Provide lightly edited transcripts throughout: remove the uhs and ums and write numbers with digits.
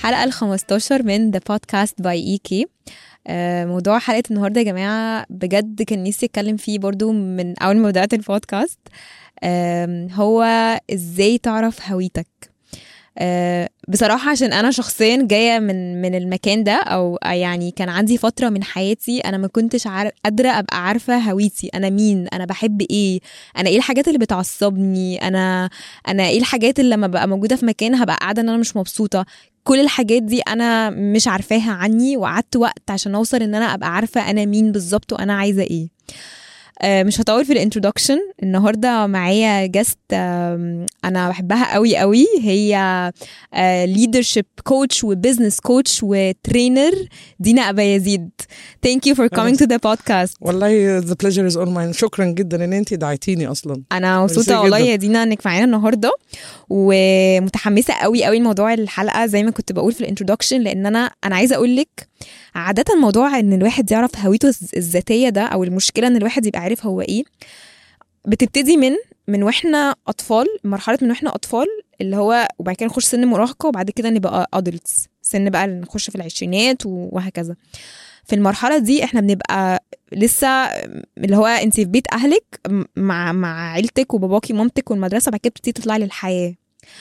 الحلقة 15 من The Podcast by EK. موضوع حلقة النهاردة يا جماعة بجد كان نفسي أتكلم فيه برضو من أول ما بدأت البودكاست. هو إزاي تعرف هويتك. بصراحة عشان أنا شخصيا جاية من المكان ده، أو يعني كان عندي فترة من حياتي أنا ما كنتش قادرة أبقى عارفة هويتي، أنا مين، أنا بحب إيه، أنا إيه الحاجات اللي بتعصبني، أنا إيه الحاجات اللي لما بقى موجودة في مكان هبقى قاعدة أنا مش مبسوطة. كل الحاجات دي أنا مش عارفاها عني، وقعدت وقت عشان أوصل إن أنا أبقى عارفة أنا مين بالظبط وأنا عايزة إيه. مش هطول في الانترودكشن. النهارده معايا جست انا بحبها قوي قوي، هي leadership coach وبزنس كوتش وترينر، دينا أبا يزيد. Thank you for coming to the podcast. والله the pleasure is all mine. شكرا جدا ان انتي دعيتيني اصلا. انا مبسوطه والله يا دينا انك معانا النهارده، ومتحمسه قوي قوي لموضوع الحلقه زي ما كنت بقول في الانترودكشن، لان انا عايزه اقول لك عاده موضوع ان الواحد يعرف هويته الذاتيه ده، او المشكله ان الواحد يبقى عارف هو ايه، بتبتدي من واحنا اطفال، مرحله من واحنا اطفال اللي هو، وبعد كده نخش سن المراهقه، وبعد كده نبقى adults، سن بقى نخش في العشرينات وهكذا. في المرحله دي احنا بنبقى لسه اللي هو انت في بيت اهلك مع عيلتك وباباكي ومامتك والمدرسه، بعد كده بتبتدي تطلعي للحياه.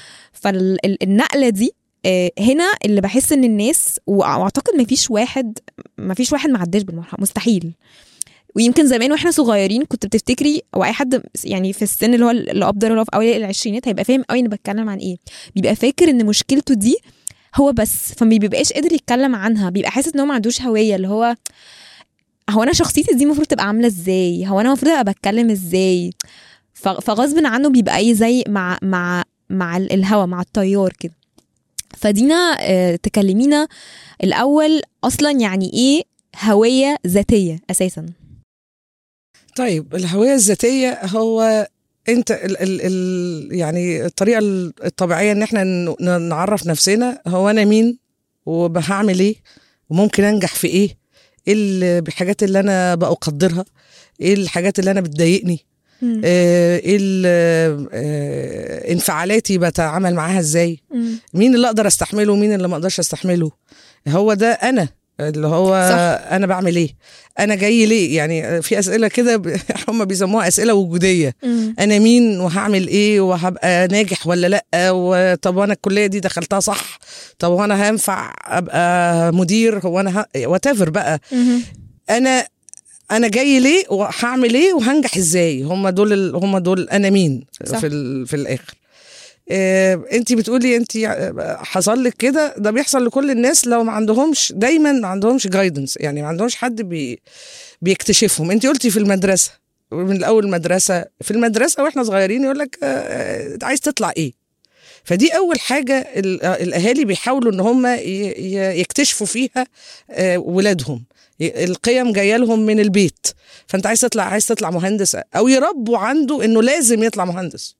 فالنقله دي هنا اللي بحس ان الناس، واعتقد مفيش واحد ما عداش بالمرحله، مستحيل. ويمكن زمان واحنا صغيرين كنت بتفتكري، او اي حد يعني في السن اللي هو اللي افضل، اللي هو في اوائل العشرينات، هيبقى فاهم قوي انا بتكلم عن ايه، بيبقى فاكر ان مشكلته دي هو بس، فما بيبقاش قادر يتكلم عنها، بيبقى حاسس ان هو ما عندوش هويه، اللي هو انا شخصيتي دي المفروض تبقى عامله ازاي، هو انا المفروض ابقى بتكلم ازاي. فغصب عنه بيبقى ايه، زي مع الهوا، مع التيار كده. فدينا تكلمينا الاول اصلا يعني ايه هويه ذاتيه اساسا. طيب الهوية الذاتية هو انت يعني الطريقة الطبيعية ان احنا نعرف نفسنا، هو انا مين وهعمل ايه وممكن انجح في ايه الحاجات اللي انا بقدرها، ايه الحاجات اللي انا بتضايقني، ايه انفعالاتي بتعامل معاها ازاي، مين اللي اقدر استحمله ومين اللي ما اقدرش استحمله. هو ده انا اللي هو صح. انا بعمل ايه، انا جاي ليه، يعني في اسئله كده هم بيسموها اسئله وجوديه. انا مين وهعمل ايه وهبقى ناجح ولا لا، وطب انا الكليه دي دخلتها صح، طب وانا هينفع ابقى مدير، هو انا whatever بقى. انا جاي ليه وهعمل ايه وهنجح ازاي، هم دول انا مين في الاخر. انتي بتقولي انتي حصل لك كده، ده بيحصل لكل الناس لو دايما ما عندهمش جايدنس، يعني ما عندهمش حد بيكتشفهم. انتي قلتي في المدرسة، من الاول في المدرسة واحنا صغيرين يقول لك عايز تطلع ايه. فدي اول حاجة الاهالي بيحاولوا ان هم يكتشفوا فيها ولادهم، القيم جايه لهم من البيت. فانت عايز تطلع مهندس، او يربوا عنده انه لازم يطلع مهندس.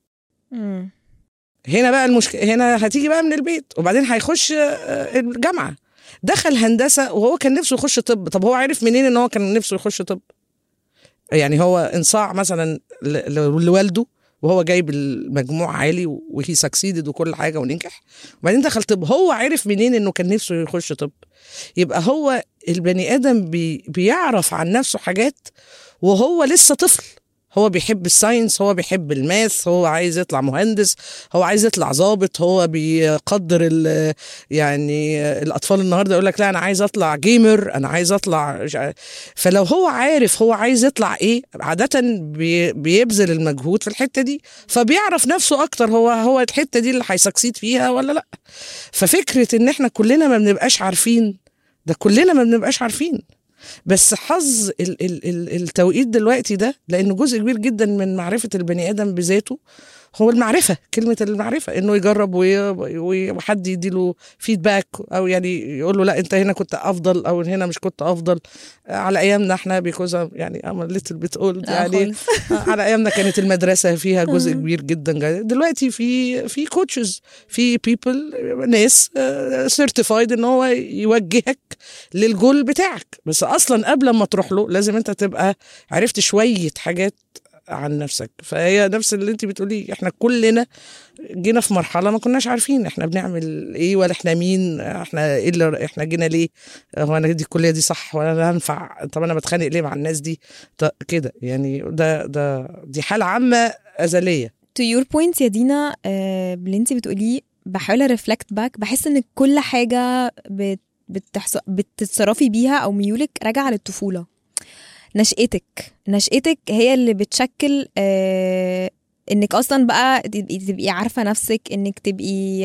هنا بقى المشكلة، هنا هتيجي بقى من البيت، وبعدين هيخش الجامعة، دخل هندسة وهو كان نفسه يخش طب. طب هو عارف منين ان هو كان نفسه يخش طب؟ يعني هو انصاع مثلا لوالده وهو جايب المجموع عالي وهي سكسيدد وكل حاجة ونجح، وبعدين دخل طب. هو عارف منين انه كان نفسه يخش طب؟ يبقى هو البني آدم بيعرف عن نفسه حاجات وهو لسه طفل. هو بيحب الساينس، هو بيحب الماث، هو عايز يطلع مهندس، هو عايز يطلع ضابط، هو بيقدر يعني الأطفال النهاردة يقول لك لا أنا عايز أطلع جيمر، أنا عايز أطلع. فلو هو عارف هو عايز يطلع إيه، عادة بيبذل المجهود في الحتة دي، فبيعرف نفسه أكتر هو الحتة دي اللي هيسكسيد فيها ولا لا. ففكرة إن إحنا كلنا ما بنبقاش عارفين، ده كلنا ما بنبقاش عارفين، بس حظ التوقيت دلوقتي ده، لأنه جزء كبير جدا من معرفة البني آدم بذاته هو المعرفة. كلمة المعرفة إنه يجرب وحد يديله فيدباك، أو يعني يقول له لا أنت هنا كنت أفضل أو هنا مش كنت أفضل. على أيامنا إحنا يعني I'm a little bit old يعني على أيامنا كانت المدرسة فيها جزء كبير جدا. دلوقتي في coaches، في people، ناس certified إن هو يوجهك للجول بتاعك. بس أصلا قبل ما تروح له لازم أنت تبقى عرفت شوية حاجات عن نفسك. فهي نفس اللي انت بتقولي، احنا كلنا جينا في مرحله ما كناش عارفين احنا بنعمل ايه، ولا احنا مين، احنا ايه اللي احنا جينا ليه، هو انا دي الكليه دي صح ولا انا هنفع، طب انا بتخانق ليه مع الناس دي كده يعني. دي حاله عامه ازليه. to your point يا دينا، باللي انت بتقوليه بحاول ارفلكت باك، بحس ان كل حاجه بتتصرفي بيها او ميولك راجعه للطفوله. نشأتك هي اللي بتشكل انك اصلا بقى تبقي عارفه نفسك، انك تبقي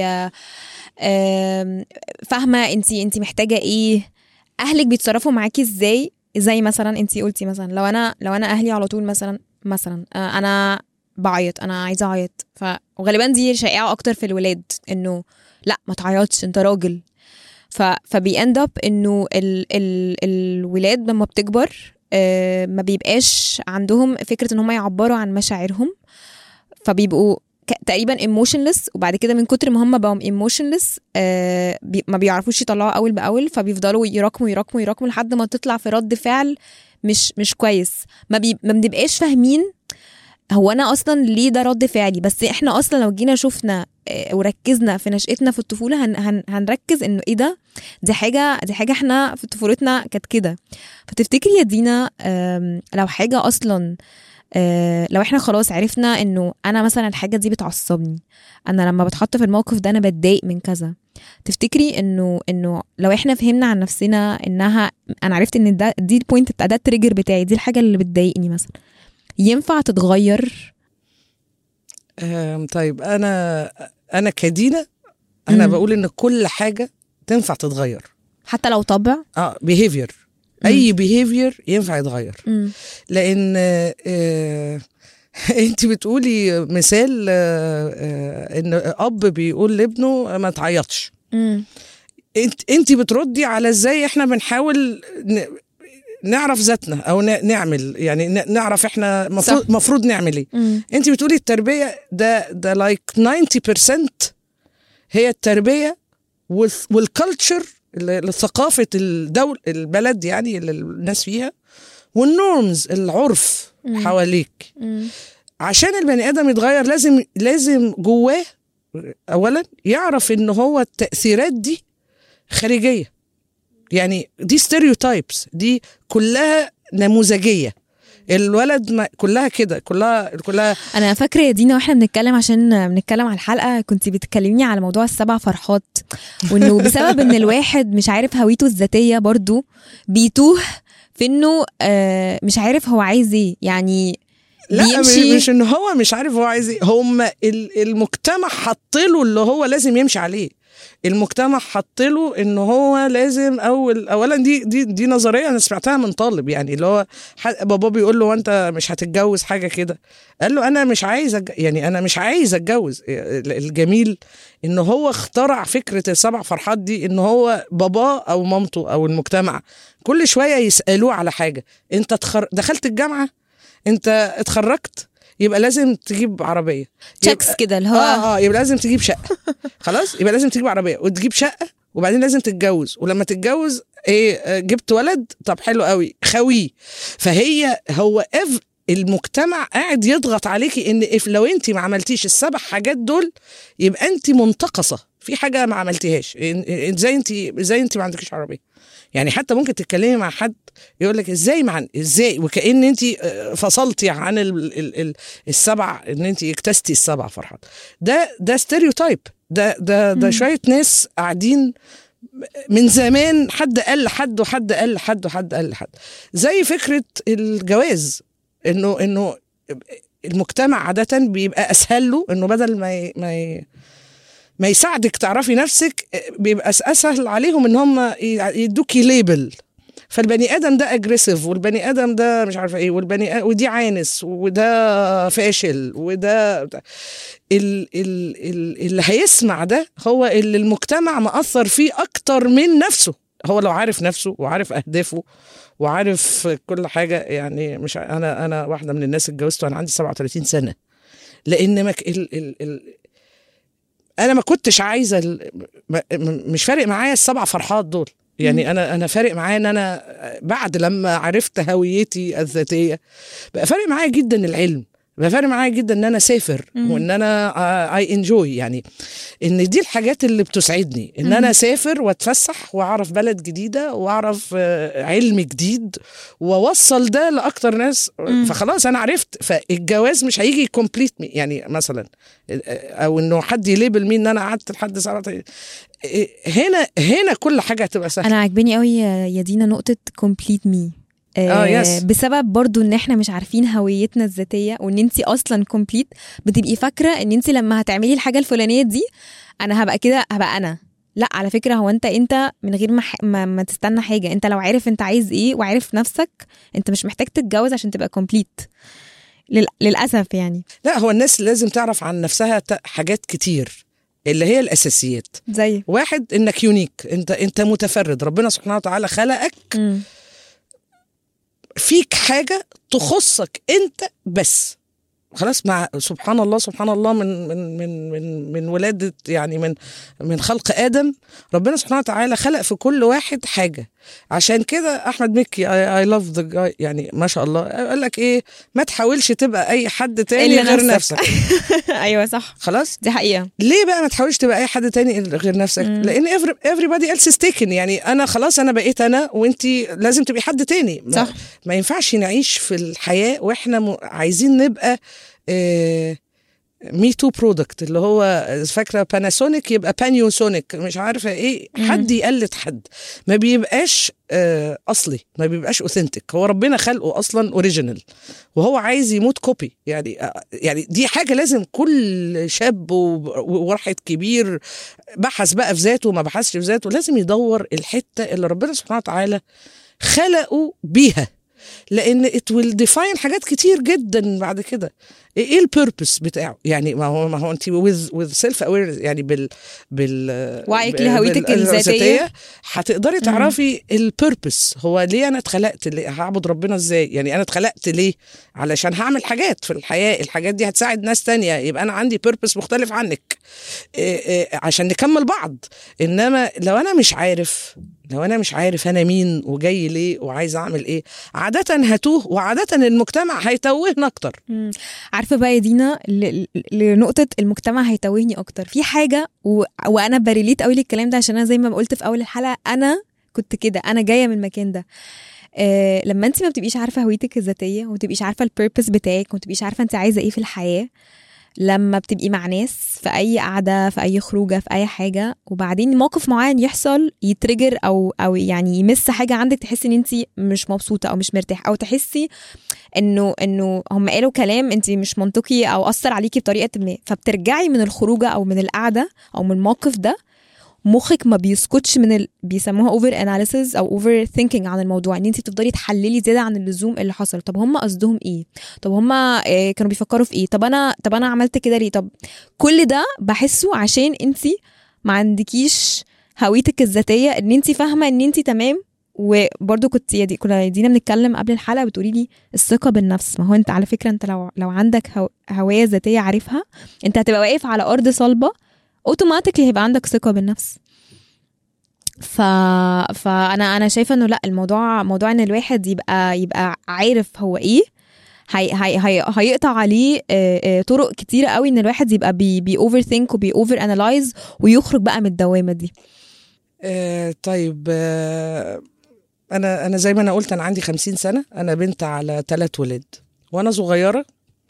فاهمه انت محتاجه ايه، اهلك بيتصرفوا معاكي ازاي. زي مثلا انت قلتي مثلا لو انا اهلي على طول مثلا انا بعيط، انا عايزه اعيط، وغالبا دي شائعه اكتر في الولاد، انه لا ما تعيطش انت راجل. فبيأند اب انه الولاد لما بتكبر ما بيبقاش عندهم فكره ان هم يعبروا عن مشاعرهم، فبيبقوا تقريبا emotionless، وبعد كده من كتر ما هم بقوا emotionless ما بيعرفوش يطلعوا اول باول، فبيفضلوا يراكموا لحد ما تطلع في رد فعل مش كويس. ما بنبقاش فاهمين هو انا اصلا ليه ده رد فعلي. بس احنا اصلا لو جينا شفنا وركزنا في نشأتنا في الطفوله هنركز انه ايه ده، دي حاجه احنا في طفولتنا كانت كده. فتفتكري يا دينا لو حاجه اصلا لو احنا خلاص عرفنا انه انا مثلا الحاجه دي بتعصبني، انا لما بتحط في الموقف ده انا بتضايق من كذا، تفتكري انه لو احنا فهمنا عن نفسنا انها انا عرفت ان دي البوينت بتاع ده التريجر بتاعي، دي الحاجه اللي بتضايقني مثلا، ينفع تتغير؟ طيب انا كدينا انا بقول ان كل حاجه تنفع تتغير، حتى لو طبع behavior، اي behavior ينفع يتغير. لان انت بتقولي مثال ان اب بيقول لابنه ما تعيطش، انت بتردي على ازاي احنا بنحاول نعرف ذاتنا او نعمل، يعني نعرف احنا مفروض نعمل ايه. انت بتقولي التربيه ده لايك 90% هي التربيه والكالتشر، ثقافه البلد يعني اللي الناس فيها، والنورمز العرف حواليك. عشان البني ادم يتغير لازم جواه اولا يعرف ان هو التاثيرات دي خارجيه، يعني دي ستيريوتايبس، دي كلها نموذجيه. الولد كلها كده، كلها. انا فاكره يا دينا واحنا بنتكلم على الحلقه كنت بتكلمني على موضوع ال7 فرحات، وانه بسبب ان الواحد مش عارف هويته الذاتيه برضو بيتوه في انه مش عارف هو عايز ايه. يعني لا مش ان هو مش عارف هو عايز ايه، هم المجتمع حطله اللي هو لازم يمشي عليه. المجتمع حطله ان هو لازم اولا دي نظريه انا سمعتها من طالب، يعني اللي هو بابا بيقول له وانت مش هتتجوز حاجه كده، قال له انا مش عايز يعني انا مش عايز اتجوز. الجميل ان هو اخترع فكره ال7 فرحات دي، ان هو بابا او مامته او المجتمع كل شويه يسالوه على حاجه، انت دخلت الجامعه، انت اتخرجت، يبقى لازم تجيب عربيه تشيكس كده اللي هو يبقى لازم تجيب شقه خلاص، يبقى لازم تجيب عربيه وتجيب شقه، وبعدين لازم تتجوز، ولما تتجوز جبت ولد، طب حلو قوي خويه. هو المجتمع قاعد يضغط عليكي ان لو انت ما عملتيش ال7 حاجات دول يبقى انت منتقصه في حاجه ما عملتيهاش. ازاي انت ما عندكيش عربيه؟ يعني حتى ممكن تتكلمي مع حد يقول لك ازاي وكأن انت فصلتي عن ال7 ان انت اكتستي ال7 فرحات. ده ستيريوتايب، ده شويه ناس قاعدين من زمان، حد قال لحد وحد قال لحد وحد قال لحد. زي فكره الجواز، انه المجتمع عاده بيبقى اسهل له انه بدل ما يساعدك تعرفي نفسك، بيبقى اسهل عليهم ان هم يدوكي ليبل. فالبني ادم ده اجريسيف، والبني ادم ده مش عارفه ايه، ودي عانس، وده فاشل، وده اللي هيسمع ده هو اللي المجتمع مأثر فيه اكتر من نفسه. هو لو عارف نفسه وعارف اهدافه وعارف كل حاجه، يعني مش انا واحده من الناس اتجوزت وانا عندي 37 سنه، لان انا ما كنتش عايزه مش فارق معايا ال7 فرحات دول. يعني انا فارق معايا ان انا بعد لما عرفت هويتي الذاتيه بقى فارق معايا جدا العلم. بفرق معايا جدا ان انا اسافر وان انا اي انجوي، يعني ان دي الحاجات اللي بتسعدني، ان انا اسافر واتفسح واعرف بلد جديده واعرف علم جديد واوصل ده لاكتر ناس. فخلاص انا عرفت. فالجواز مش هيجي كومبليت يعني مثلا، او انه حد يليبل مين ان انا قعدت لحد ساعه. هنا كل حاجه هتبقى سهله. انا عاجباني قوي يا دينا نقطه كومبليت مي. يس. بسبب برضو ان احنا مش عارفين هويتنا الذاتيه، وان انتي اصلا كومبليت بتبقي فاكره ان انتي لما هتعملي الحاجه الفلانيه دي انا هبقى كده، هبقى انا. لا على فكره، هو انت من غير ما تستنى حاجه. انت لو عارف انت عايز ايه وعارف نفسك، انت مش محتاج تتجوز عشان تبقى كومبليت للاسف يعني. لا، هو الناس لازم تعرف عن نفسها حاجات كتير اللي هي الاساسيات. زي واحد، انك يونيك، انت متفرد. ربنا سبحانه وتعالى خلقك فيك حاجة تخصك انت بس. خلاص، مع سبحان الله سبحان الله، من ولادة يعني من خلق آدم، ربنا سبحانه وتعالى خلق في كل واحد حاجة. عشان كده أحمد مكي I love the guy، يعني ما شاء الله، قال لك إيه؟ ما تحاولش تبقى أي حد تاني غير نفسك. أيوة صح، خلاص دي حقيقة. ليه بقى ما تحاولش تبقى أي حد تاني غير نفسك؟ لأن everybody else is taken. يعني أنا خلاص، أنا بقيت أنا، وإنتي لازم تبقي حد تاني. صح. ما ينفعش نعيش في الحياة وإحنا عايزين نبقى مي تو برودكت، اللي هو فاكره باناسونيك يبقى بانيوسونيك، مش عارفه ايه، حد يقلد حد، ما بيبقاش اصلي، ما بيبقاش اوثنتيك. هو ربنا خلقه اصلا اوريجينال، وهو عايز يموت كوبي. يعني دي حاجه لازم كل شاب وواحد كبير بحث بقى في ذاته وما بحثش في ذاته، لازم يدور الحته اللي ربنا سبحانه وتعالى خلقه بيها، لان it will define حاجات كتير جدا بعد كده. ايه البيربس بتاعه؟ يعني ما هو انت with self awareness، يعني وعيك لهويتك الذاتيه هتقدري تعرفي البيربس. هو ليه انا اتخلقت؟ ليه هعبد ربنا ازاي؟ يعني انا اتخلقت ليه؟ علشان هعمل حاجات في الحياه، الحاجات دي هتساعد ناس تانية، يبقى انا عندي بيربس مختلف عنك عشان نكمل بعض. انما لو انا مش عارف انا مين وجاي ليه وعايز اعمل ايه، عاده هتوه، وعاده المجتمع هيتوهنا اكتر. عارفه بقى يا دينا، لنقطه المجتمع هيتوهني اكتر في حاجه، وانا بريليت قوي للكلام ده، عشان انا زي ما قلت في اول الحلقه انا كنت كده، انا جايه من المكان ده. لما انت ما بتبقيش عارفه هويتك الذاتيه، وما بتبقيش عارفه البيربس بتاعك، وما بتبقيش عارفه انت عايزه ايه في الحياه، لما بتبقي مع ناس في اي قعده، في اي خروجه، في اي حاجه، وبعدين موقف معين يحصل يتريجر او يعني يمس حاجه عندك، تحسي ان انت مش مبسوطه او مش مرتاحه، او تحسي انه هم قالوا كلام انت مش منطقي او اثر عليكي بطريقه ما، فبترجعي من الخروجه او من القعده او من الموقف ده، مخك ما بيسكتش من بيسموها اوفر اناليسيز او اوفر ثينكينج عن الموضوع، ان انت بتفضلي تحللي زياده عن اللزوم اللي حصل. طب هم قصدهم ايه؟ طب هم كانوا بيفكروا في ايه؟ طب انا عملت كده ليه؟ طب كل ده بحسه عشان انت ما عندكيش هويتك الذاتيه، ان انت فاهمه ان انت تمام. وبرضو كنا دينا بنتكلم قبل الحلقه بتقولي لي الثقه بالنفس. ما هو انت على فكره، انت لو عندك هويه ذاتيه عارفها، انت هتبقى واقف على ارض صلبه، اوتوماتيكلي هيبقى عندك ثقه بالنفس. فانا شايفه انه لا، موضوع ان الواحد يبقى عارف هو ايه، هيقطع عليه طرق كتيره قوي، ان الواحد يبقى بي اوفر ثينك وبي اوفر انالايز ويخرج بقى من الدوامه دي. طيب، انا زي ما انا قلت، انا عندي 50 سنه، انا بنت على 3 ولاد. وانا صغيره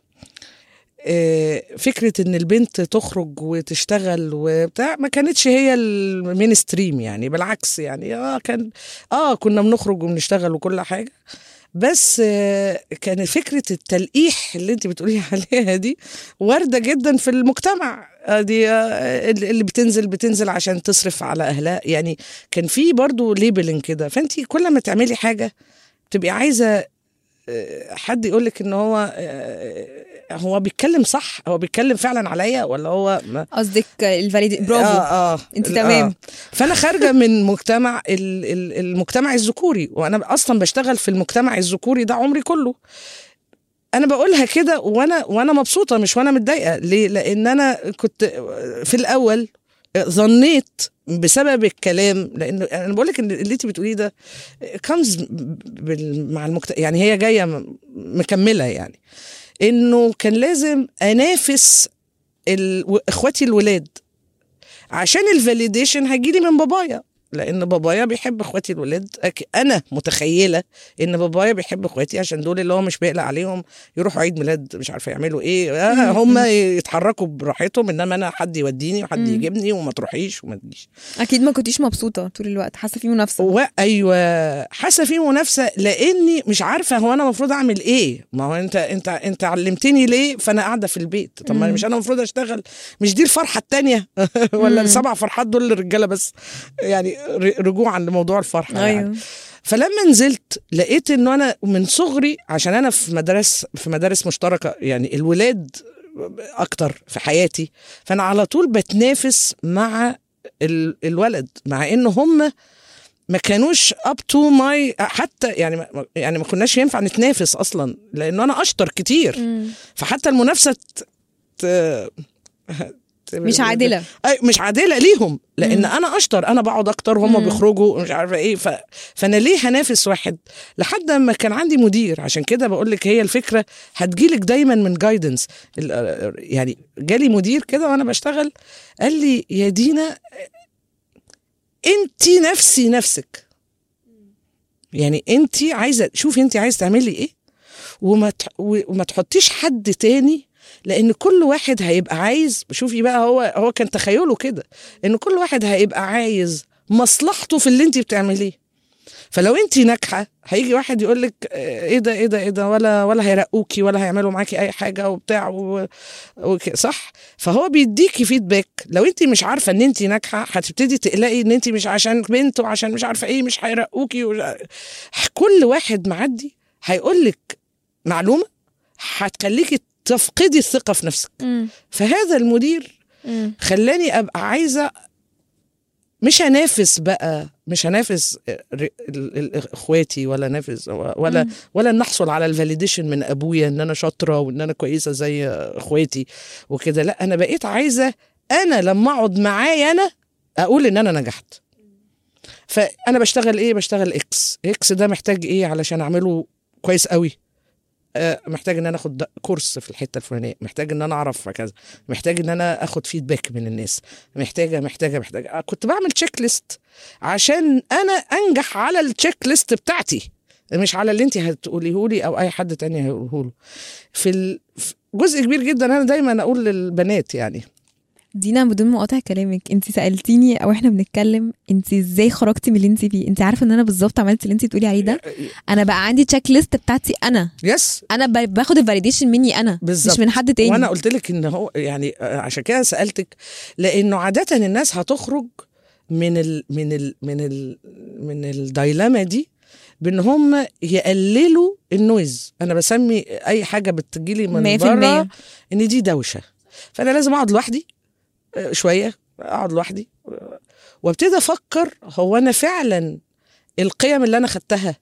فكرة ان البنت تخرج وتشتغل وبتاع ما كانتش هي المينستريم، يعني بالعكس، يعني كنا بنخرج وبنشتغل وكل حاجة، بس كان فكرة التلقيح اللي انت بتقولي عليها دي واردة جدا في المجتمع. دي اللي بتنزل عشان تصرف على اهلها، يعني كان في برضو ليبلين كده. فانت كل ما تعملي حاجة تبقي عايزة حد يقولك ان هو بيتكلم صح، هو بيتكلم فعلا عليا، ولا هو قصدك الفاليد. برافو. انت تمام. فانا خارجه من مجتمع المجتمع الذكوري، وانا اصلا بشتغل في المجتمع الذكوري ده عمري كله. انا بقولها كده وانا مبسوطه، مش وانا متضايقه. ليه؟ لان انا كنت في الاول ظنيت بسبب الكلام، لانه انا بقول لك ان اللي انت بتقوليه ده كمز مع يعني هي جايه مكمله. يعني انه كان لازم انافس اخواتي الولاد عشان الفاليديشن هيجيلي من بابايا، لان بابايا بيحب اخواتي الولاد. انا متخيله ان بابايا بيحب اخواتي عشان دول اللي هو مش بيقلق عليهم يروحوا عيد ميلاد مش عارفه يعملوا ايه، هم يتحركوا براحتهم، انما انا حد يوديني وحد يجيبني وما تروحيش وما تجيش. اكيد ما كنتيش مبسوطه طول الوقت، حاسه في منافسه. ايوه حاسه في منافسه، لاني مش عارفه هو انا المفروض اعمل ايه. ما هو انت علمتني ليه فانا قاعده في البيت؟ طب ما مش انا المفروض اشتغل؟ مش دي الفرحه التانية ولا ال7 فرحات دول للرجاله بس؟ يعني رجوعا لموضوع الفرحه. أيوه. يعني فلما نزلت لقيت انه انا من صغري، عشان انا في مدارس مشتركه، يعني الولاد اكتر في حياتي، فانا على طول بتنافس مع الولد، مع انه هم ما كانوش up to my حتى يعني ما كناش ينفع نتنافس اصلا، لانه انا اشطر كتير. فحتى المنافسه مش عادله. مش عادله ليهم، لان انا اشطر، انا بقعد اكتر وهم بيخرجوا مش عارفه ايه. فانا ليه هنافس واحد؟ لحد ما كان عندي مدير. عشان كده بقول لك هي الفكره هتجيلك دايما من جايدنس. يعني جالي مدير كده وانا بشتغل قال لي يا دينا انت نفسك، يعني انت عايزه شوفي انت عايزه تعملي ايه، وما تحطيش حد تاني، لان كل واحد هيبقى عايز. شوفي بقى هو كان تخيله كده ان كل واحد هيبقى عايز مصلحته في اللي انت بتعمليه. فلو انت ناجحه هيجي واحد يقول لك ايه ده ولا هيرقوكي ولا هيعملوا معاكي اي حاجه وبتاع صح. فهو بيديكي فيدباك. لو انت مش عارفه ان انت ناجحه هتبتدي تقلقي ان انت مش عشان بنت وعشان مش عارفه ايه مش هيرقوكي كل واحد معدي هيقول لك معلومه هتخليكي تفقدي الثقه في نفسك. فهذا المدير خلاني ابقى عايزه مش هنافس اخواتي ولا نافس ولا نحصل على الفاليديشن من ابويا ان انا شاطره وان انا كويسه زي اخواتي وكده. لا، انا بقيت عايزه انا لما اقعد معايا انا اقول ان انا نجحت. فانا بشتغل ايه؟ بشتغل اكس ده محتاج ايه علشان اعمله كويس قوي؟ محتاج ان انا اخد كورس في الحته الفلانيه، محتاج ان انا اعرف كذا، محتاج ان انا اخد فيدباك من الناس، محتاجه. كنت بعمل تشيك ليست عشان انا انجح على التشيك ليست بتاعتي، مش على اللي انت هتقوليه لي او اي حد تاني هيقوله له. في جزء كبير جدا انا دايما اقول للبنات يعني دينا بدون مقاطعة كلامك، انت سألتيني او احنا بنتكلم انت ازاي خرجتي من اللي انت فيه. انت عارفه ان انا بالظبط عملت اللي انت بتقولي عليه ده. انا بقى عندي تشيك ليست بتاعتي انا. انا باخد الفاليديشن مني انا بالزبط. مش من حد تاني. وانا قلت لك ان هو يعني عشان كده سألتك، لانه عادة الناس هتخرج من الدايلاما دي بان هم يقللوا النويز. انا بسمي اي حاجه بتجيلي من بره ان دي دوشه، فانا لازم اقعد لوحدي شويه، اقعد لوحدي وابتدي افكر هو انا فعلا القيم اللي انا خدتها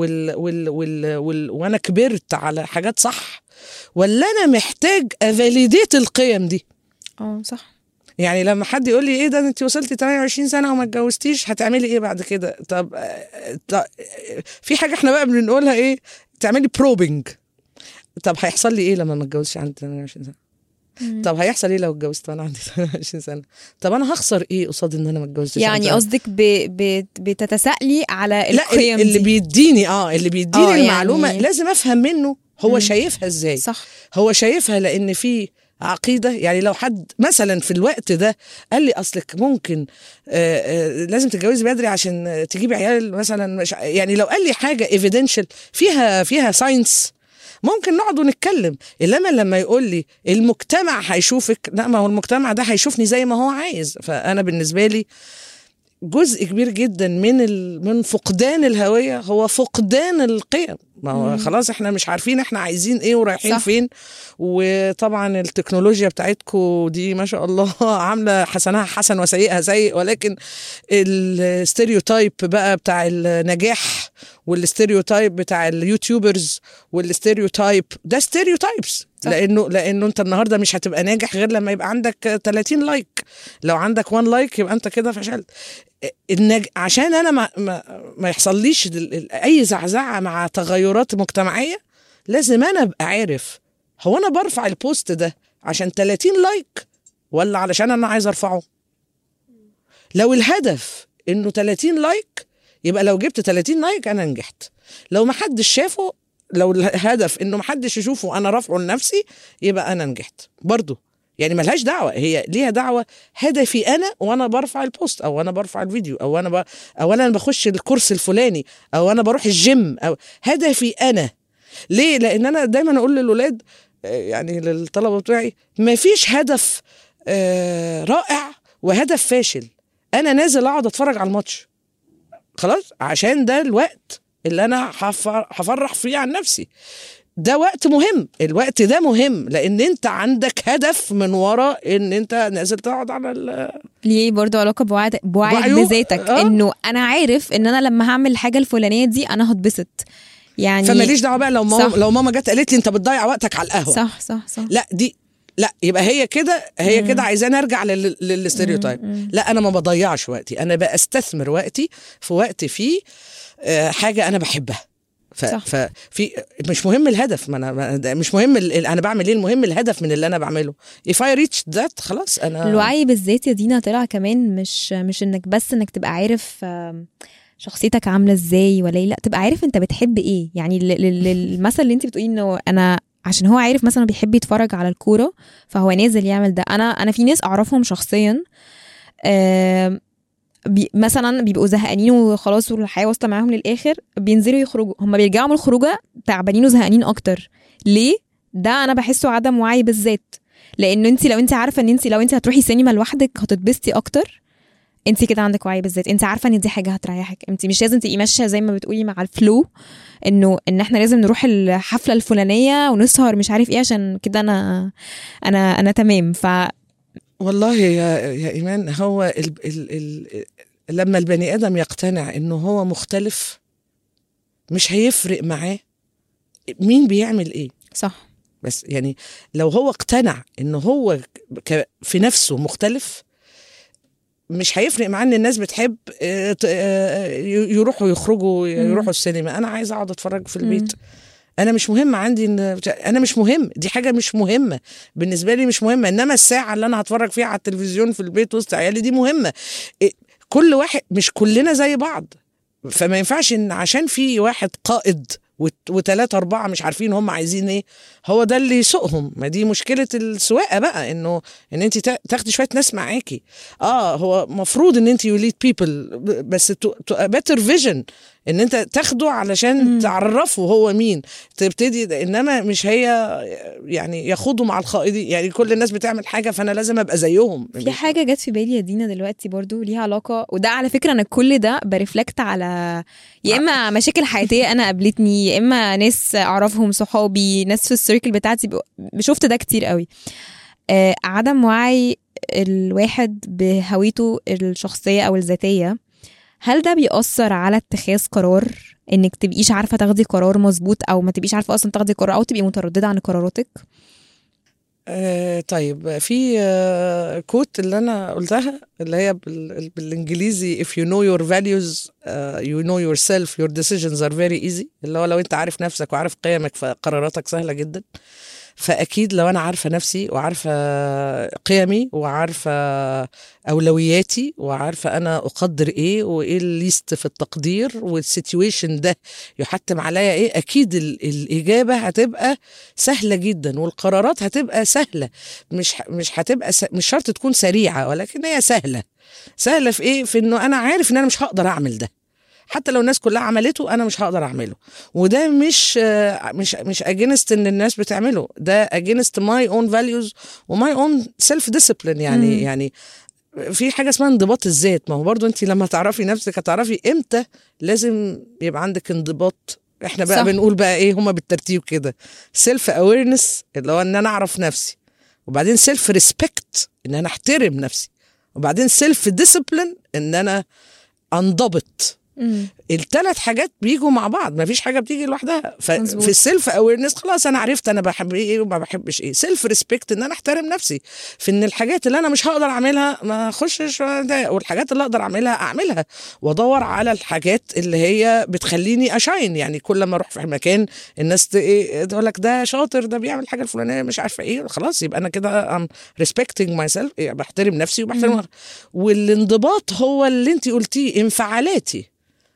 وانا كبرت على حاجات صح، ولا انا محتاج افاليديت القيم دي. صح. يعني لما حد يقول لي ايه ده انت وصلتي 28 سنه وما اتجوزتيش هتعملي ايه بعد كده؟ طب في حاجه احنا بقى بنقولها ايه؟ تعملي بروبنج. طب هيحصل لي ايه لما ما اتجوزش عندي 28 سنه؟ طب هيحصل ايه لو اتجوزت وانا عندي 28 سنه؟ طب انا هخسر ايه قصاد ان انا ما اتجوزتش؟ يعني قصدك بتتسائلي على القيم اللي بيديني المعلومه يعني لازم افهم منه هو شايفها ازاي. صح. هو شايفها لان في عقيدة. يعني لو حد مثلا في الوقت ده قال لي اصلك ممكن لازم تتجوزي بدري عشان تجيبي عيال مثلا، مش يعني لو قال لي حاجة ايفيدنشال فيها ساينس ممكن نقعد ونتكلم. انما لما يقول لي المجتمع هيشوفك، لا، ما هو المجتمع ده هيشوفني زي ما هو عايز. فانا بالنسبة لي جزء كبير جدا من فقدان الهوية هو فقدان القيم. ما هو خلاص احنا مش عارفين احنا عايزين ايه ورايحين صح. فين. وطبعا التكنولوجيا بتاعتكم دي ما شاء الله عاملة حسنها حسن وسيئها سيء، ولكن الستيريوتايب بقى بتاع النجاح والستيريوتايب بتاع اليوتيوبرز والستيريوتايب ده ستيريوتايبس، لانه انت النهارده مش هتبقى ناجح غير لما يبقى عندك 30 لايك. لو عندك 1 لايك يبقى انت كده فشلت. عشان انا ما يحصليش اي زعزعه مع تغيرات مجتمعيه، لازم انا ابقى عارف هو انا برفع البوست ده عشان 30 لايك ولا علشان انا عايز ارفعه؟ لو الهدف انه 30 لايك يبقى لو جبت 30 لايك انا نجحت. لو ما حدش شافه، لو الهدف انه ما حدش يشوفه انا رافعه لنفسي، يبقى انا نجحت برضو. يعني ملهاش دعوه، هي ليها دعوه هدفي انا وانا برفع البوست، او انا برفع الفيديو، او انا بخش الكورس الفلاني، او انا بروح الجيم، او هدفي انا. ليه؟ لان انا دايما اقول للولاد، يعني للطلبه بتوعي، ما فيش هدف رائع وهدف فاشل. انا نازل اقعد اتفرج على الماتش خلاص عشان ده الوقت اللي انا هفرح فيه عن نفسي. ده وقت مهم، الوقت ده مهم لان انت عندك هدف من ورا ان انت نازل تقعد على ليه برضو علاقه بوعيك بذاتك. انه انا عارف ان انا لما هعمل الحاجه الفلانيه دي انا هتبسط. يعني فماليش دعوه بقى لو ماما جت قالت لي انت بتضيع وقتك على القهوه. صح. لا يبقى هي كده عايزاني ارجع للستيريوتايب. لا انا ما بضيعش وقتي، انا بستثمر وقتي في وقت فيه حاجه انا بحبها. ففي مش مهم الهدف، مش مهم انا بعمل ايه، المهم الهدف من اللي انا بعمله. if I reach that خلاص. انا الوعي بالذات يا دينا طلع كمان مش انك بس انك تبقى عارف شخصيتك عامله ازاي ولا لا، تبقى عارف انت بتحب ايه. يعني المثل اللي انت بتقولي انه انا عشان هو عارف مثلا بيحب يتفرج على الكوره فهو نازل يعمل ده. انا في ناس اعرفهم شخصيا مثلا بيبقوا زهقانين وخلاص والحياه واصله معاهم للاخر، بينزلوا يخرجوا، هم بيرجعوا من الخروجه تعبانين وزهقانين اكتر. ليه؟ ده انا بحسه عدم وعي بالذات. لان انت لو انت عارفه ان انت لو انت هتروحي سينما لوحدك هتتبسطي اكتر، انت كده عندك وعي بالذات. انت عارفه ان دي حاجه هتريحك، انت مش لازم تبقي ماشيه زي ما بتقولي مع الفلو ان احنا لازم نروح الحفله الفلانيه ونسهر مش عارف ايه عشان كده انا تمام. والله يا ايمان، هو لما البني ادم يقتنع انه هو مختلف مش هيفرق معاه مين بيعمل ايه. صح. بس يعني لو هو اقتنع انه هو في نفسه مختلف مش هيفرق معاه ان الناس بتحب يروحوا يخرجوا يروحوا السينما. انا عايز اقعد اتفرج في البيت. انا مش مهم عندي انا مش مهم، دي حاجه مش مهمه بالنسبه لي، مش مهمه. انما الساعه اللي انا هتفرج فيها على التلفزيون في البيت وسط عيالي دي مهمه. كل واحد، مش كلنا زي بعض. فما ينفعش ان عشان في واحد قائد وثلاثة أربعة مش عارفين هم عايزين ايه هو ده اللي يسوقهم. ما دي مشكلة السواقة بقى، ان انت تاخدي شوية ناس معاكي. هو مفروض ان انت you lead people بس to a better vision، ان انت تاخده علشان تعرفه هو مين تبتدي. انما مش هي يعني يخوضوا مع الخائضين، يعني كل الناس بتعمل حاجة فانا لازم ابقى زيهم. في حاجة جت في بالي يا دينا دلوقتي برضو ليها علاقة، وده على فكرة انا كل ده برفلكت على يا اما مشاكل حياتية انا قابلتني، يا اما ناس اعرفهم صحابي، ناس في السيركل بتاعتي شفت ده كتير قوي. عدم وعي الواحد بهويته الشخصية او الذاتية، هل ده بيأثر على اتخاذ قرار؟ انك تبقيش عارفة تاخدي قرار مظبوط، او ما تبقيش عارفة اصلا تاخدي قرار، او تبقي مترددة عن قراراتك؟ طيب، في كوت اللي انا قلتها اللي هي بالانجليزي if you know your values you know yourself your decisions are very easy. اللي هو لو انت عارف نفسك وعارف قيمك فقراراتك سهلة جدا. فأكيد لو أنا عارفة نفسي وعارفة قيمي وعارفة أولوياتي وعارفة أنا أقدر إيه وإيه الليست في التقدير والسيتويشن ده يحتم عليا إيه، أكيد الإجابة هتبقى سهلة جدا والقرارات هتبقى سهلة. مش هتبقى مش شرط تكون سريعة، ولكن هي سهلة في إيه؟ في إنه أنا عارف إن أنا مش هقدر أعمل ده، حتى لو الناس كلها عملته انا مش هقدر اعمله. وده مش اجينست ان الناس بتعمله، ده اجينست ماي اون فاليوز وماي اون سيلف ديسيبلين. يعني في حاجه اسمها انضباط الذات. ما هو برضو انت لما تعرفي نفسك هتعرفي امتى لازم يبقى عندك انضباط. احنا بقى بنقول بقى ايه هما بالترتيب كده: سيلف اويرنس اللي هو ان انا اعرف نفسي، وبعدين سيلف ريسبكت ان انا احترم نفسي، وبعدين سيلف ديسيبلين ان انا انضبط الثلاث حاجات بيجوا مع بعض، ما فيش حاجه بتيجي لوحدها. ففي السيلف اويرنس خلاص انا عرفت انا بحب ايه وما بحبش ايه. سيلف ريسبكت ان انا احترم نفسي في ان الحاجات اللي انا مش هقدر اعملها ما اخشش، والحاجات اللي اقدر اعملها اعملها، وادور على الحاجات اللي هي بتخليني اشاين. يعني كل ما اروح في مكان الناس تقول لك ده شاطر، ده بيعمل حاجه الفلانيه مش عارفه ايه، خلاص يبقى انا كده ام ريسبكتنج ماي سيلف، بحترم نفسي وبحترم. والانضباط هو اللي انت قلتيه، انفعالاتي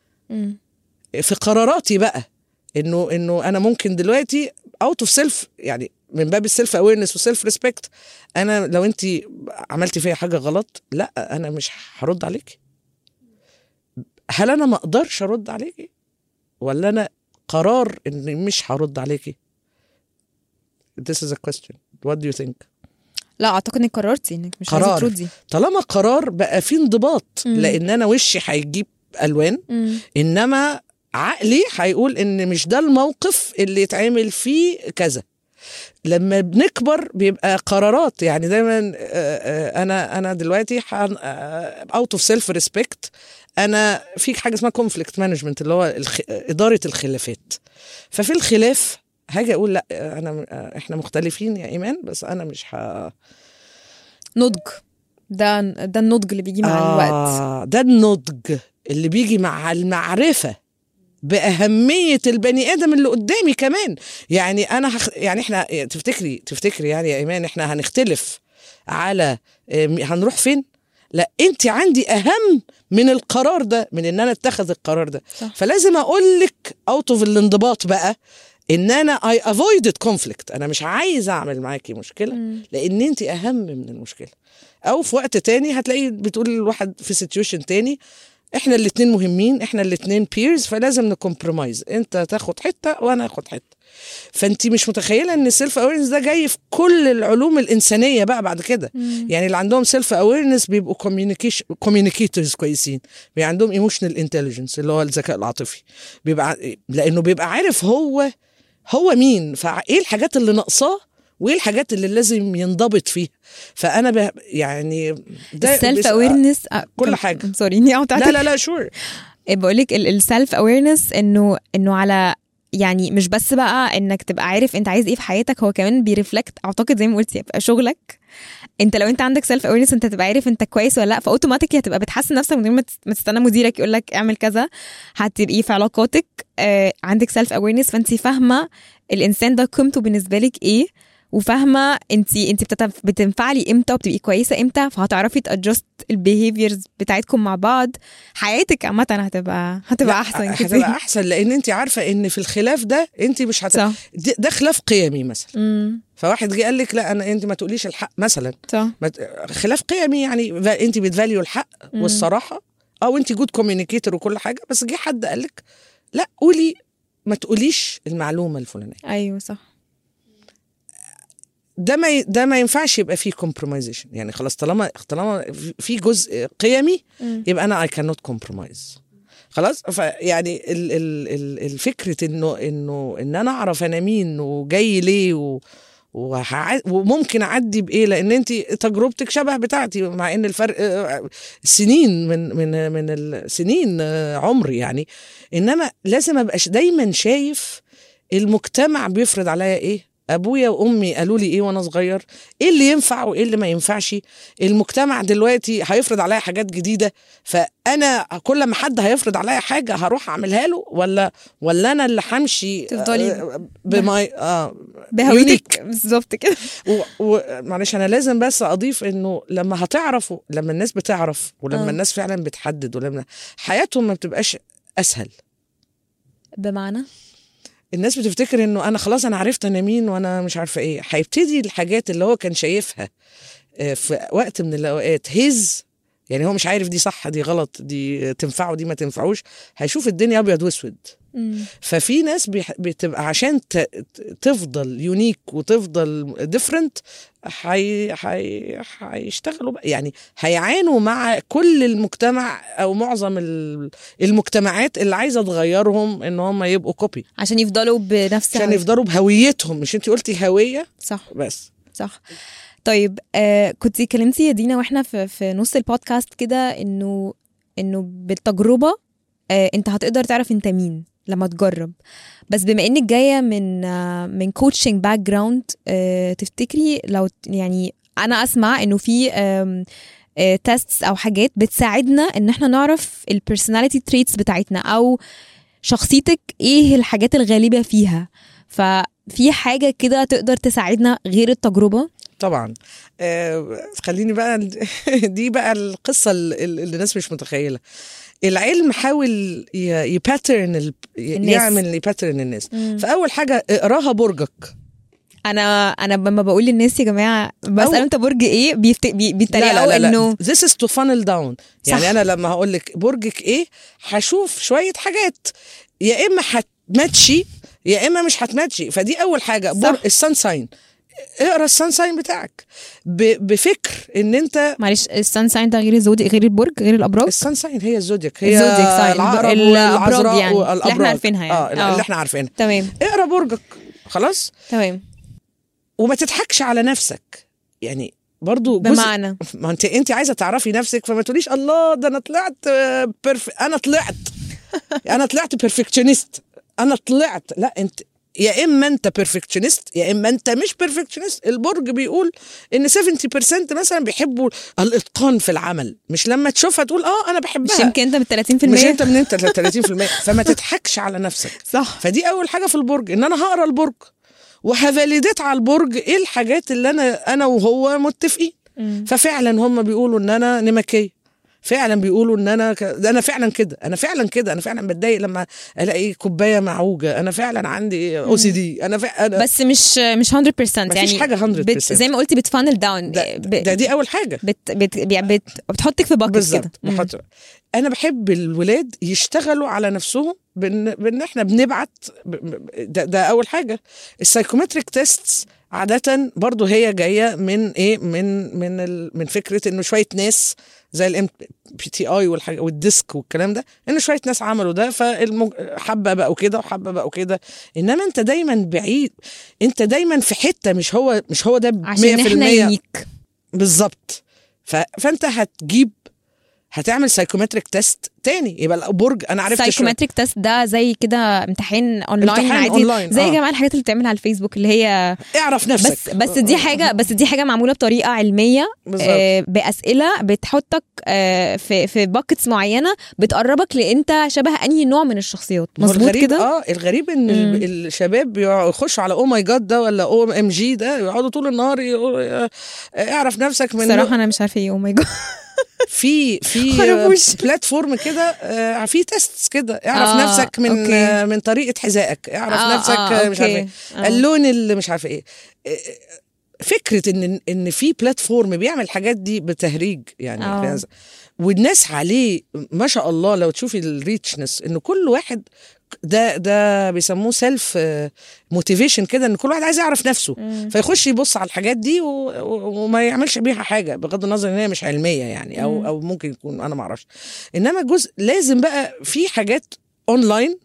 في قراراتي بقى، انه انا ممكن دلوقتي اوت اوف سيلف، يعني من باب السيلف اويرنس والسيلف ريسبكت، انا لو انت عملتي فيها حاجه غلط، لا انا مش هرد عليكي. هل انا ما اقدرش ارد عليكي، ولا انا قرار اني مش هرد عليكي؟ This is a question. What do you think؟ لا اعتقد انك قررتي انك مش عايزه تردي. طالما قرار بقى فيه انضباط، لان انا وشي هيجيب الوان، انما عقلي هيقول ان مش ده الموقف اللي يتعمل فيه كذا. لما بنكبر بيبقى قرارات، يعني دايما انا دلوقتي اوت اوف سيلف ريسبكت، انا في حاجه اسمها كونفليكت مانجمنت اللي هو اداره الخلافات. ففي الخلاف هاجي اقول لا احنا مختلفين يا ايمان، بس انا مش نضج. ده النضج اللي بيجي مع الوقت. ده النضج اللي بيجي مع المعرفة بأهمية البني آدم اللي قدامي كمان. يعني أنا يعني إحنا تفتكري يعني يا إيمان إحنا هنختلف على هنروح فين؟ لا، أنت عندي أهم من القرار ده، من إن أنا اتخذ القرار ده. صح. فلازم أقول لك أوت اوف الانضباط بقى ان انا I avoided conflict، انا مش عايز اعمل معاكي مشكله لان انت اهم من المشكله. او في وقت تاني هتلاقي بتقول الواحد في سيتويشن تاني احنا الاتنين مهمين، احنا الاتنين بيرز، فلازم نكمبرومايز، انت تاخد حته وانا اخد حته. فانت مش متخيله ان السيلف اويرنس ده جاي في كل العلوم الانسانيه بقى بعد كده. يعني اللي عندهم سيلف اويرنس بيبقوا كوميونيكيتورز كويسين، بيبقى عندهم ايموشنال انتليجنس اللي هو الذكاء العاطفي، بيبقى لانه بيبقى عارف هو مين، فايه الحاجات اللي ناقصاه وايه الحاجات اللي لازم ينضبط فيها. فانا يعني ده السيلف اويرنس كل حاجه. سوري اني قطعتك. لا شور. بقول لك السيلف اويرنس انه على يعني مش بس بقى انك تبقى عارف انت عايز ايه في حياتك، هو كمان بيرفلكت اعتقد زي ما قلتي يبقى شغلك. انت لو انت عندك سيلف اويرنس انت تبقى عارف انت كويس ولا لا، فاوتوماتيكلي هتبقى بتحسن نفسك من غير ما تستنى مديرك يقول لك اعمل كذا. هتبقي في علاقاتك عندك سيلف اويرنس، فانت فاهمه الانسان ده قيمته بالنسبه لك ايه، وفاهمه انت بتنفعلي امتى وبتبقي كويسه امتى، فهتعرفي تادجست البيهيفيرز بتاعتكم مع بعض. حياتك عامه هتبقى احسن كتير. هتبقى احسن لان انت عارفه ان في الخلاف ده انت مش ده خلاف قيمي مثلا. فواحد جه قال لك لا انت ما تقوليش الحق مثلا. خلاف قيمي، يعني انت بتفاليو الحق والصراحه، او انت جود كوميونيكيتور وكل حاجه، بس جه حد قال لك لا قولي، ما تقوليش المعلومه الفلانيه. ايوه صح. ده ما ينفعش يبقى فيه كومبرومايزيشن. يعني خلاص طالما في جزء قيمي يبقى انا I cannot compromise. خلاص. فيعني الفكرة ان انا اعرف انا مين وجاي ليه وممكن اعدي بايه، لان انت تجربتك شبه بتاعتي، مع ان الفرق سنين من السنين عمري يعني. انما لازم ابقاش دايما شايف المجتمع بيفرض عليا ايه، ابويا وامي قالوا لي ايه وانا صغير، ايه اللي ينفع وايه اللي ما ينفعش. المجتمع دلوقتي هيفرض عليا حاجات جديده، فانا كل ما حد هيفرض عليا حاجه هروح اعملها له، ولا انا اللي همشي بهويتك بالظبط كده. ومعلش انا لازم بس اضيف انه لما هتعرفوا، لما الناس بتعرف، ولما الناس فعلا بتحدد، ولما حياتهم ما بتبقاش اسهل. بمعنى الناس بتفتكر انه انا خلاص انا عرفت انا مين وانا مش عارفه ايه، هيبتدي الحاجات اللي هو كان شايفها في وقت من الاوقات يعني هو مش عارف دي صح دي غلط، دي تنفعه دي ما تنفعوش، هيشوف الدنيا ابيض واسود. ففي ناس بتبقى عشان تفضل يونيك وتفضل ديفرنت هيشتغلوا يعني هيعانوا مع كل المجتمع او معظم المجتمعات اللي عايزه تغيرهم ان هم يبقوا كوبي عشان يفضلوا بنفس، عشان يفضلوا بهويتهم. مش انتي قلتي هويه؟ صح. بس صح. طيب كنتي كلمتي يا دينا واحنا في نص البودكاست كده انه بالتجربه انت هتقدر تعرف انت مين لما تجرب. بس بما انك جايه من كوتشنج باك جراوند، تفتكري لو يعني انا اسمع انه في تيستس او حاجات بتساعدنا ان احنا نعرف البيرسوناليتي تريتس بتاعتنا او شخصيتك ايه الحاجات الغالبه فيها، ففي حاجه كده تقدر تساعدنا غير التجربه؟ طبعا. خليني بقى دي بقى القصه اللي الناس مش متخيله. العلم حاول يباترن يعمل يباترن الناس. فاول حاجه اقراها برجك. انا لما بقول للناس يا جماعه بسال انت برج ايه بيتريقوا انه this is to funnel down. يعني انا لما هقول لك برجك ايه هشوف شويه حاجات يا اما هتماتشي يا اما مش هتماتشي. فدي اول حاجه. السان ساين، اقرا السان ساين بتاعك بفكر ان انت معلش السان ساين ده غير الزودياك غير البرج غير الابراج. السان ساين هي الزودياك، هي العقرب والعذراء يعني اللي احنا عارفينها يعني. اللي احنا عارفينها. تمام. اقرا برجك خلاص. تمام. وما تضحكش على نفسك يعني برضو بمعنى ما انت عايزه تعرفي نفسك، فما تقوليش الله ده انا طلعت انا طلعت بيرفكشنست. انا طلعت لا، انت يا اما انت بيرفكشنست يا اما انت مش بيرفكشنست. البرج بيقول ان 70% مثلا بيحبوا الاتقان في العمل، مش لما تشوفها تقول انا بحبها. مش يمكن انت من 30%، مش انت من 30%. فما تضحكش على نفسك. صح. فدي اول حاجه في البرج، ان انا هقرا البرج وهفاليديت على البرج ايه الحاجات اللي انا وهو متفقين. ففعلا هم بيقولوا ان انا نمكيه، فعلا بيقولوا ان انا فعلا كده، انا فعلا بتضايق لما الاقي كوبايه معوجه، انا فعلا عندي OCD. انا بس مش 100% يعني مفيش حاجه 100%. زي ما قلتي بتفانل داون. دي اول حاجه. بتحطك في باكت كده. انا بحب الولاد يشتغلوا على نفسهم بان احنا بنبعت ده اول حاجه. السايكومتريك تيستس عاده برضو هي جايه من ايه، من فكره انه شويه ناس زي MBTI والديسك والكلام ده، ان شويه ناس عملوا ده فحبه بقوا كده وحبه بقوا كده. انما انت دايما بعيد، انت دايما في حته مش هو ده 100% عشان احنا يونيك بالظبط. فانت هتعمل سايكومتريك تيست تاني. يبقى البرج انا عرفت سايكومتريك تيست ده زي كده امتحان اونلاين عادي، زي جماعه الحاجات اللي بتعملها على الفيسبوك اللي هي اعرف نفسك. بس دي حاجه معموله بطريقه علميه، باسئله بتحطك في باكتس معينه بتقربك لانت شبه انهي نوع من الشخصيات. مظبوط كده. الغريب ان الشباب يخشوا على ماي جاد ده ولا OMG ده، يقعدوا طول النهار اعرف نفسك. من صراحه انا مش عارفه ايه ماي جاد. في بلاتفورم كده، في تيستس كده. اعرف نفسك من طريقه حذائك، اعرف نفسك مش عارفه ايه اللون اللي مش عارفه ايه. فكره ان في بلاتفورم بيعمل الحاجات دي بتهريج يعني. والناس عليه ما شاء الله. لو تشوفي الريتشنس ان كل واحد ده بيسموه سيلف موتيفيشن كده، ان كل واحد عايز يعرف نفسه فيخش يبص على الحاجات دي وما يعملش بيها حاجه، بغض النظر ان هي مش علميه يعني او ممكن يكون انا ما اعرفش. انما جزء لازم بقى في حاجات اونلاين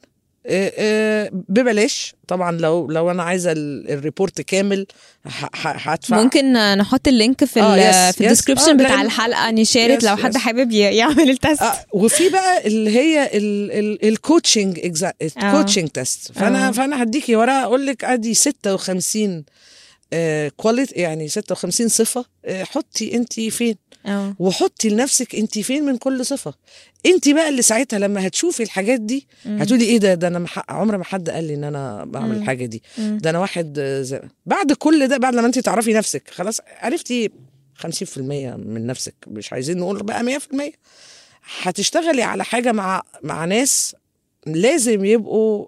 ببلاش طبعا. لو انا عايزه الريبورت كامل هدفع. ممكن نحط اللينك في الديسكريبشن بتاع الحلقه، نشارك لو حد حابب يعمل التست. وفي بقى اللي هي الكوتشنج الكوتشنج تيست. فانا هديكي ورقه اقول لك ادي 56 كواليتي، يعني 56 صفه. حطي انت فين وحطي لنفسك انت فين من كل صفه. انت بقى اللي ساعتها لما هتشوفي الحاجات دي هتقولي ايه ده انا عمر ما حد قال لي ان انا بعمل الحاجه دي. ده انا واحد بعد كل ده، بعد لما انت تعرفي نفسك خلاص عرفتي 50% من نفسك، مش عايزين نقول بقى 100%. هتشتغلي على حاجه مع ناس لازم يبقوا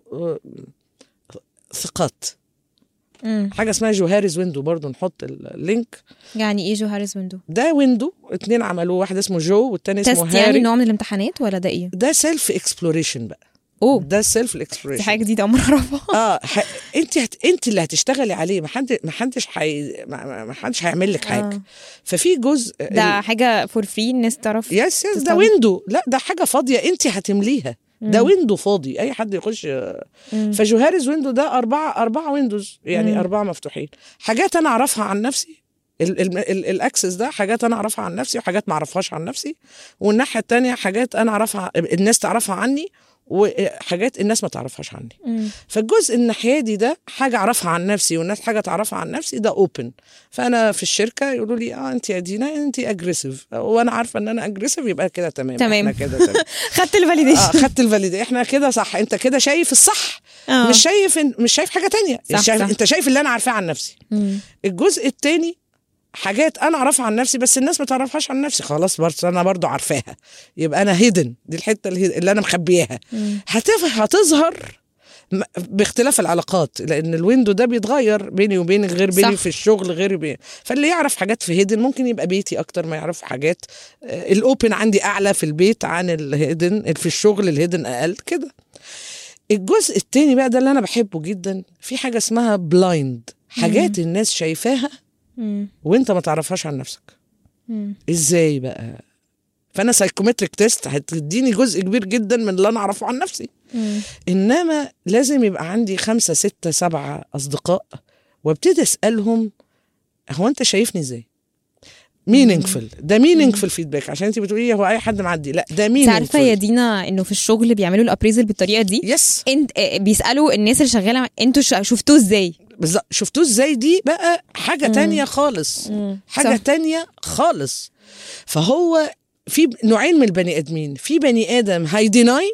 ثقات. حاجه اسمها جوهاريز ويندو، برضو نحط اللينك. يعني ايه جوهاريز ويندو؟ ده ويندو 2 عملوه، واحد اسمه جو والتاني اسمه هاري. يعني نوع من الامتحانات ولا ده ايه؟ ده سيلف اكسبلوريشن بقى. ده سيلف اكسبلوريشن، دي حاجه جديده عمري اعرفها. انت اللي هتشتغلي عليه، ما حدش هيعمل لك حاجه. ففي جزء ده حاجه فور فري الناس تعرف. يس ده ويندو، لا ده حاجه فاضيه انت هتمليها. ده ويندو فاضي اي حد يخش. فجوهاريز ويندو ده 4 ويندوز يعني 4 مفتوحين. حاجات انا اعرفها عن نفسي، الاكسس ده حاجات انا اعرفها عن نفسي وحاجات ما اعرفهاش عن نفسي، والناحيه الثانيه حاجات انا اعرفها الناس تعرفها عني وحاجات الناس ما تعرفهاش عني. فالجزء الناحيادي ده حاجه اعرفها عن نفسي والناس حاجه تعرفها عن نفسي، ده اوبن. فانا في الشركه يقولوا لي انت يا دينا انت اجريسيف، وانا عارفه ان انا اجريسيف، يبقى كده تمام. احنا كده تمام. خدت الفاليديشن. خدت الفاليديشن، احنا كده صح. انت كده شايف الصح، مش شايف حاجه تانية. صح. انت شايف اللي انا عارفاه عن نفسي. الجزء التاني حاجات انا اعرفها عن نفسي بس الناس ما تعرفهاش عن نفسي، خلاص برضه انا برضه عارفاها، يبقى انا هيدن. دي الحته اللي انا مخبياها هتظهر باختلاف العلاقات، لان الويندو ده بيتغير بيني وبينك، غير بيني في الشغل، غير بيني. فاللي يعرف حاجات في هيدن ممكن يبقى بيتي اكتر ما يعرف حاجات. الاوبن عندي اعلى في البيت عن الهيدن، في الشغل الهيدن اقل كده. الجزء التاني بقى ده اللي انا بحبه جدا، في حاجه اسمها بلايند، حاجات الناس شايفاها وانت ما تعرفهاش عن نفسك. ازاي بقى؟ فانا سايكومتريك تيست هتديني جزء كبير جدا من اللي انا اعرفه عن نفسي. انما لازم يبقى عندي 5 6 7 اصدقاء وابتدي اسالهم هو انت شايفني ازاي؟ مينينجفul، ده مينينجفul فيدباك. عشان انت بتقولي هو اي حد معدي، لا ده مينينجفul. عارفه يا دينا انه في الشغل بيعملوا الابريزل بالطريقه دي. يس. انت بيسالوا الناس اللي شغاله انتوا شفتوه ازاي؟ بالظبط، شفتوه ازاي دي بقى حاجه تانية خالص. حاجه صح. تانية خالص. فهو في نوعين من البني ادمين، في بني ادم هيديناي،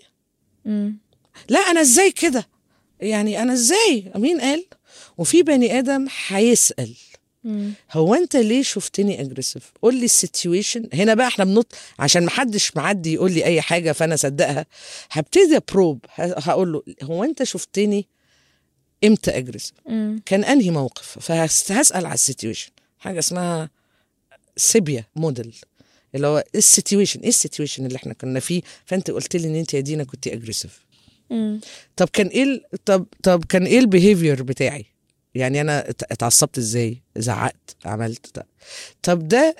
لا انا ازاي كده، يعني انا ازاي، مين قال؟ وفي بني ادم هيسال هو انت ليه شفتني اجريسيف؟ قول لي السيتويشن. هنا بقى احنا بنط عشان محدش معدي يقول لي اي حاجه فانا صدقها. هبتدي ابروب، هقول له هو انت شفتني امتى اجريسيف؟ كان انهي موقف؟ فهسال على السيتويشن. حاجه اسمها سيبيا موديل، اللي هو السيتويشن، ايه السيتويشن اللي احنا كنا فيه فانت قلت لي ان انت يا دينا كنت اجريسيف. طب كان ايه طب كان ايه البيهيفير بتاعي؟ يعني انا اتعصبت ازاي، زعقت، عملت ده. طب ده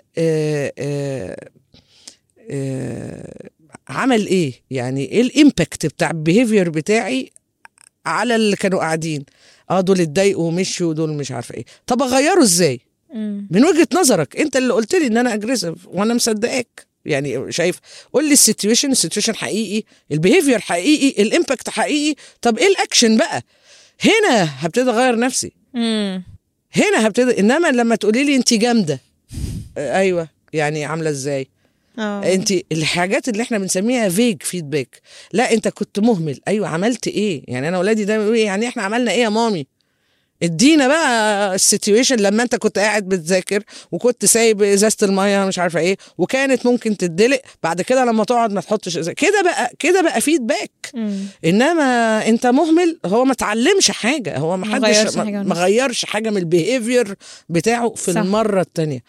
عمل ايه؟ يعني ايه الامباكت بتاع البيهيفير بتاعي على اللي كانوا قاعدين؟ دول اتضايقوا ومشوا ودول مش عارفه ايه. طب اغيره ازاي من وجهة نظرك؟ انت اللي قلت لي ان انا اجريسيف وانا مصدقك. يعني شايف، قول لي السيتويشن حقيقي، البيهيفير حقيقي، الامباكت حقيقي. طب ايه الاكشن بقى؟ هنا هبتدي اغير نفسي. هنا هبتدي. انما لما تقولي لي انت جامده، ايوه يعني عامله ازاي؟ انت الحاجات اللي احنا بنسميها فيج فيدباك. لا انت كنت مهمل. ايوه عملت ايه؟ يعني انا اولادي دايما يقولوا يعني احنا عملنا ايه يا مامي؟ ادينا بقى السيتويشن لما انت كنت قاعد بتذاكر وكنت سايب ازازه الميه مش عارفه ايه وكانت ممكن تدلق بعد كده لما تقعد ما تحطش كده بقى فيدباك. انما انت مهمل، هو ما اتعلمش حاجه، هو ما حدش ما غيرش حاجه من البيهيفير بتاعه في المره الثانيه.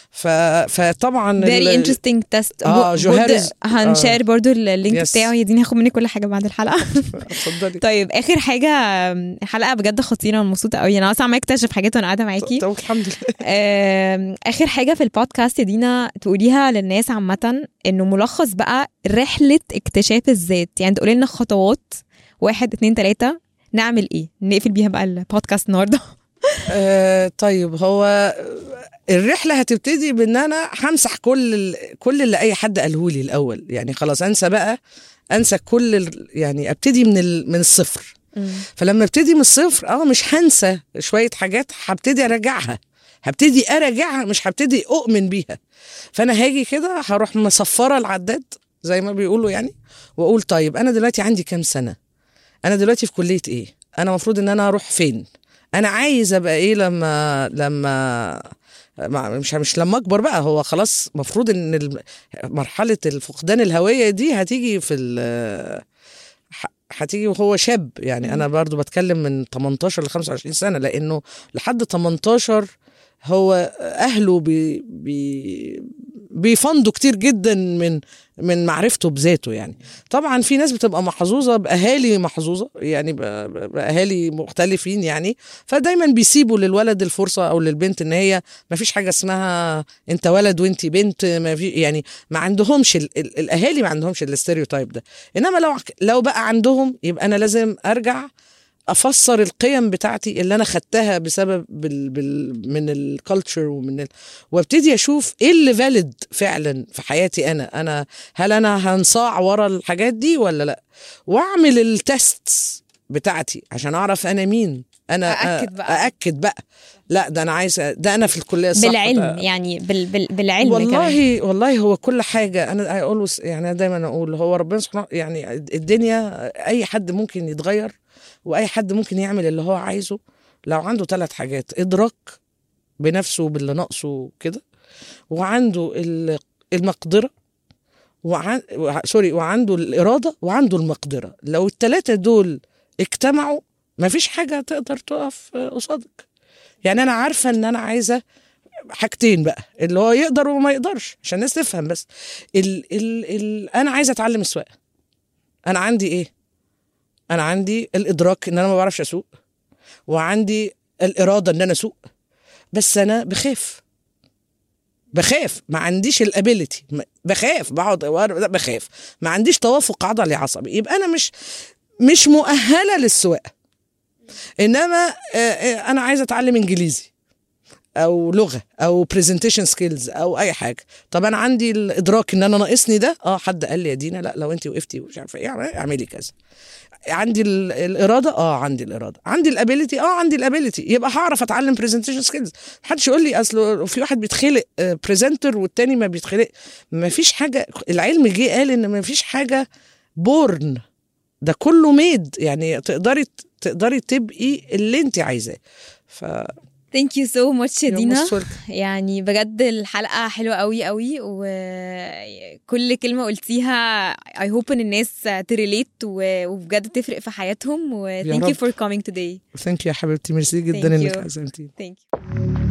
فطبعا very interesting test. جوهارز هنشير برضو اللينك بتاعه. يا دينا هاخد مني كل حاجه بعد الحلقه. اتفضلي. طيب اخر حاجه، حلقه بجد خطيره، مبسوطه قوي. انا اصلا عماله اكتشف حاجات وانا قاعده معاكي. طب الحمد لله. اخر حاجه في البودكاست يا دينا تقوليها للناس عامه، انه ملخص بقى رحله اكتشاف الذات. يعني تقولي لنا خطوات 1 2 3 نعمل ايه نقفل بيها بقى البودكاست النهارده. طيب، هو الرحله هتبتدي بان انا همسح كل اللي اي حد قاله لي الاول. يعني خلاص انسى كل يعني ابتدي من الصفر. فلما ابتدي من الصفر مش هنسى شويه حاجات، هبتدي اراجعها مش هبتدي اؤمن بيها. فانا هاجي كده هروح مصفره العداد زي ما بيقولوا يعني، واقول طيب انا دلوقتي عندي كام سنه؟ انا دلوقتي في كليه ايه؟ انا المفروض ان انا اروح فين؟ انا عايز ابقى ايه لما مش لما اكبر بقى. هو خلاص مفروض ان مرحله الفقدان الهويه دي هتيجي وهو شاب. يعني انا برضو بتكلم من 18 ل 25 سنه، لانه لحد 18 هو اهله بيفندوا كتير جدا من معرفته بذاته. يعني طبعا في ناس بتبقى محظوظه باهالي محظوظه، يعني باهالي مختلفين يعني، فدايما بيسيبوا للولد الفرصه او للبنت ان هي ما فيش حاجه اسمها انت ولد وانت بنت. ما في، يعني ما عندهمش الاهالي ما عندهمش الاستيريوتايب ده. انما لو بقى عندهم، يبقى انا لازم ارجع افسر القيم بتاعتي اللي انا خدتها بسبب من الكالتشر وابتدي اشوف ايه اللي فاليد فعلا في حياتي انا هل انا هنصاع ورا الحاجات دي ولا لا، واعمل التست بتاعتي عشان اعرف انا مين. انا أأكد بقى لا ده انا عايز ده انا في الكليه الصح بالعلم يعني بالعلم والله كمان. والله هو كل حاجه انا اقول يعني دايما اقول هو ربنا سبحانه يعني الدنيا اي حد ممكن يتغير واي حد ممكن يعمل اللي هو عايزه لو عنده 3 حاجات: ادراك بنفسه باللي ناقصه كده، وعنده المقدره، وعنده الاراده، وعنده المقدره. لو ال3 دول اجتمعوا مفيش حاجه تقدر تقف قصادك. يعني انا عارفه ان انا عايزه حاجتين بقى اللي هو يقدر وما يقدرش عشان الناس تفهم. بس انا عايزه اتعلم السواقه. انا عندي ايه؟ انا عندي الادراك ان انا ما بعرفش اسوق، وعندي الاراده ان انا اسوق، بس انا بخاف، ما عنديش الابيليتي، بخاف، بخاف، ما عنديش توافق عضلي عصبي، يبقى انا مش مؤهله للسواقه. انما انا عايزه اتعلم انجليزي او لغه او برزنتيشن سكيلز او اي حاجه. طب انا عندي الادراك ان انا ناقصني ده، حد قال لي يا دينا لا لو انت وقفتي مش عارفه ايه اعملي كذا. عندي الاراده، عندي الاراده. عندي الابيليتي، عندي الابيليتي، يبقى هعرف اتعلم برزنتيشن سكيلز. محدش يقول لي اصل في واحد بيتخلق بريزنتر والتاني ما بيتخلق. ما فيش حاجه، العلم جه قال ان ما فيش حاجه بورن، ده كله ميد. يعني تقدري تبقي اللي انت عايزاه. Thank you so much يا دينا. يعني بجد الحلقة حلوة قوي قوي، وكل كلمة قلتيها I hope ان الناس تريليت وبجد تفرق في حياتهم. و thank you for coming today. Thank you يا حبيبتي، ميرسي جدا انك عزمتيني. Thank you.